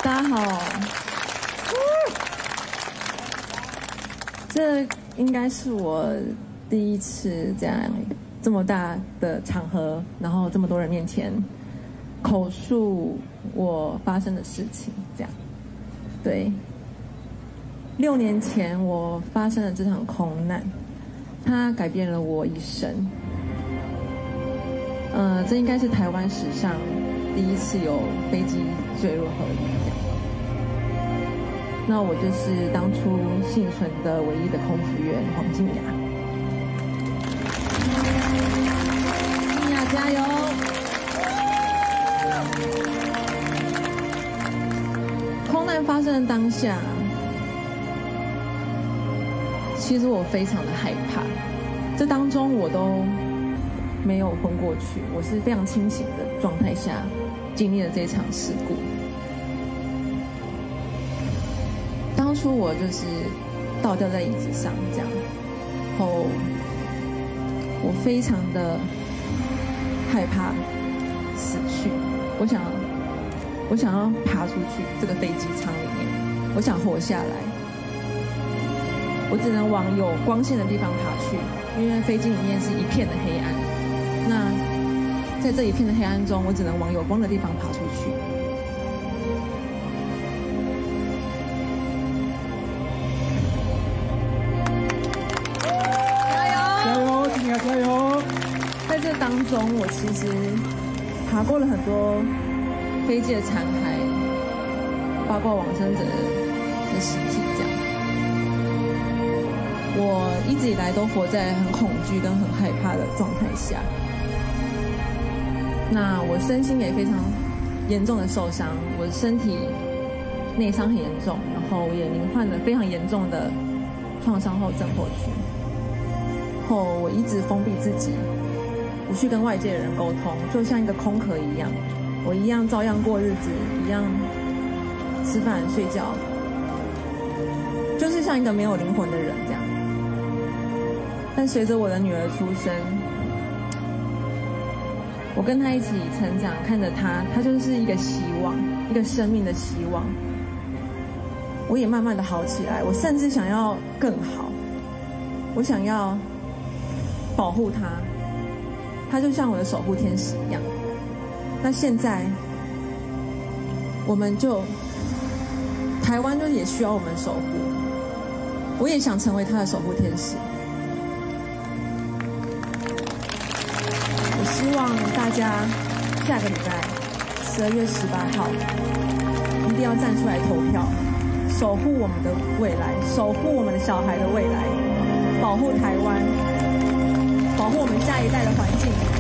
大家好，这应该是我第一次这么大的场合，然后这么多人面前口述我发生的事情，这样。对，6年前我发生了这场空难，它改变了我一生。这应该是台湾史上第一次有飞机坠入河里。那我就是当初幸存的唯一的空服员黄静雅。静雅加油！空难发生的当下，其实我非常的害怕。这当中我都没有昏过去，我是非常清醒的状态下经历了这场事故。当初我就是倒吊在椅子上这样，然后我非常的害怕死去，我想要爬出去这个飞机舱里面，我想活下来，我只能往有光线的地方爬去，因为飞机里面是一片的黑暗。那在这一片的黑暗中，我只能往有光的地方爬出去。 加油！ 在这当中，我其实爬过了很多飞机的残骸，包括往生者的尸体，这样。我一直以来都活在很恐惧跟很害怕的状态下。那我身心也非常严重的受伤，我的身体内伤很严重，然后也罹患了非常严重的创伤后症候群。后我一直封闭自己，不去跟外界的人沟通，就像一个空壳一样，我一样照样过日子，一样吃饭睡觉，就是像一个没有灵魂的人这样。但随着我的女儿出生，我跟她一起成长，看着她就是一个希望，一个生命的希望。我也慢慢的好起来，我甚至想要更好，我想要保护他，他就像我的守护天使一样。那现在，我们就台湾就也需要我们守护，我也想成为他的守护天使。我希望大家下个礼拜12月18号一定要站出来投票，守护我们的未来，守护我们的小孩的未来，保护台湾，保护我们下一代的环境。